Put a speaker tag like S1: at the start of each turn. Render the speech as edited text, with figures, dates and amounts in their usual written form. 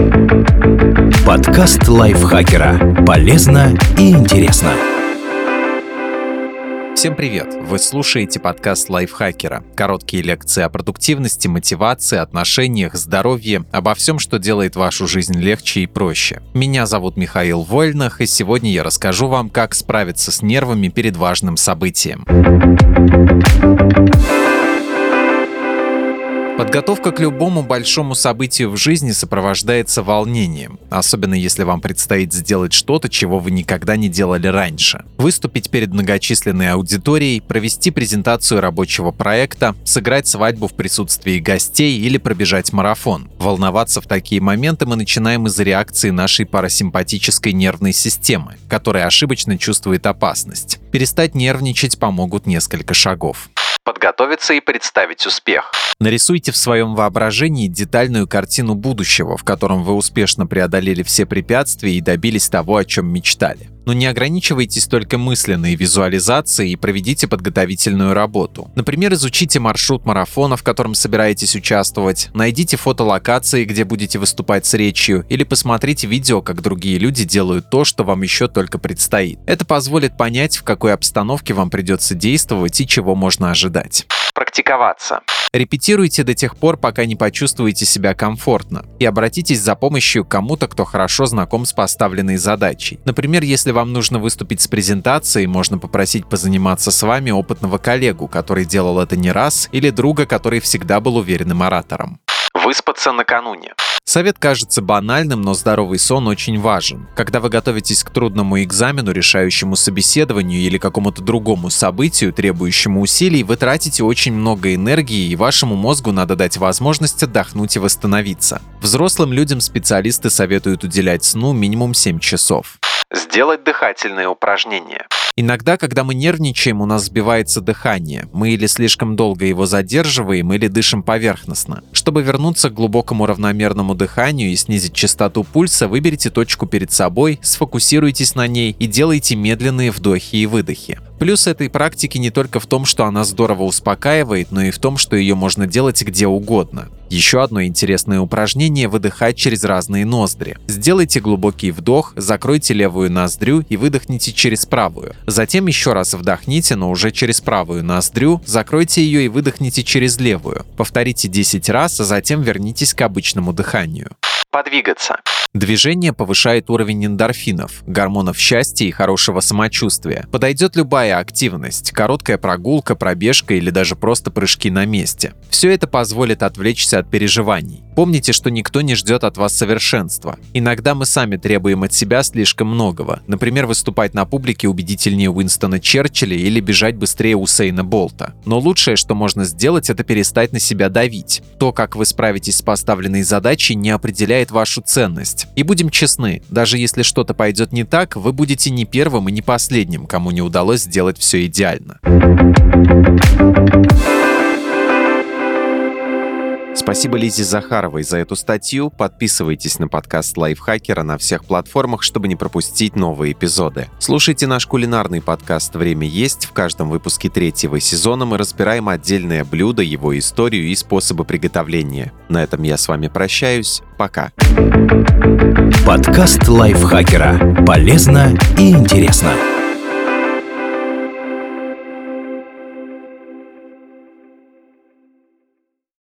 S1: Подкаст лайфхакера. Полезно и интересно.
S2: Всем привет! Вы слушаете подкаст лайфхакера. Короткие лекции о продуктивности, мотивации, отношениях, здоровье, обо всем, что делает вашу жизнь легче и проще. Меня зовут Михаил Вольнах, и сегодня я расскажу вам, как справиться с нервами перед важным событием. Подготовка к любому большому событию в жизни сопровождается волнением, особенно если вам предстоит сделать что-то, чего вы никогда не делали раньше. Выступить перед многочисленной аудиторией, провести презентацию рабочего проекта, сыграть свадьбу в присутствии гостей или пробежать марафон. Волноваться в такие моменты мы начинаем из-за реакции нашей парасимпатической нервной системы, которая ошибочно чувствует опасность. Перестать нервничать помогут несколько шагов. Подготовиться и представить успех. Нарисуйте в своем воображении детальную картину будущего, в котором вы успешно преодолели все препятствия и добились того, о чем мечтали. Но не ограничивайтесь только мысленной визуализацией и проведите подготовительную работу. Например, изучите маршрут марафона, в котором собираетесь участвовать, найдите фотолокации, где будете выступать с речью, или посмотрите видео, как другие люди делают то, что вам еще только предстоит. Это позволит понять, в какой обстановке вам придется действовать и чего можно ожидать. Практиковаться. Репетируйте до тех пор, пока не почувствуете себя комфортно, и обратитесь за помощью к кому-то, кто хорошо знаком с поставленной задачей. Например, если вам нужно выступить с презентацией, можно попросить позаниматься с вами опытного коллегу, который делал это не раз, или друга, который всегда был уверенным оратором. Выспаться накануне. Совет кажется банальным, но здоровый сон очень важен. Когда вы готовитесь к трудному экзамену, решающему собеседованию или какому-то другому событию, требующему усилий, вы тратите очень много энергии, и вашему мозгу надо дать возможность отдохнуть и восстановиться. Взрослым людям специалисты советуют уделять сну минимум 7 часов. Сделать дыхательные упражнения. Иногда, когда мы нервничаем, у нас сбивается дыхание. Мы или слишком долго его задерживаем, или дышим поверхностно. Чтобы вернуться к глубокому равномерному дыханию и снизить частоту пульса, выберите точку перед собой, сфокусируйтесь на ней и делайте медленные вдохи и выдохи. Плюс этой практики не только в том, что она здорово успокаивает, но и в том, что ее можно делать где угодно. Еще одно интересное упражнение – выдыхать через разные ноздри. Сделайте глубокий вдох, закройте левую ноздрю и выдохните через правую. Затем еще раз вдохните, но уже через правую ноздрю, закройте ее и выдохните через левую. Повторите 10 раз, а затем вернитесь к обычному дыханию. Подвигаться. Движение повышает уровень эндорфинов, гормонов счастья и хорошего самочувствия. Подойдет любая активность – короткая прогулка, пробежка или даже просто прыжки на месте. Все это позволит отвлечься от переживаний. Помните, что никто не ждет от вас совершенства. Иногда мы сами требуем от себя слишком многого. Например, выступать на публике убедительнее Уинстона Черчилля или бежать быстрее Усейна Болта. Но лучшее, что можно сделать, это перестать на себя давить. То, как вы справитесь с поставленной задачей, не определяет вашу ценность. И будем честны, даже если что-то пойдет не так, вы будете не первым и не последним, кому не удалось сделать все идеально. Спасибо Лизе Захаровой за эту статью. Подписывайтесь на подкаст Лайфхакера на всех платформах, чтобы не пропустить новые эпизоды. Слушайте наш кулинарный подкаст «Время есть». В каждом выпуске 3-го сезона мы разбираем отдельное блюдо, его историю и способы приготовления. На этом я с вами прощаюсь. Пока.
S1: Подкаст лайфхакера. Полезно и интересно.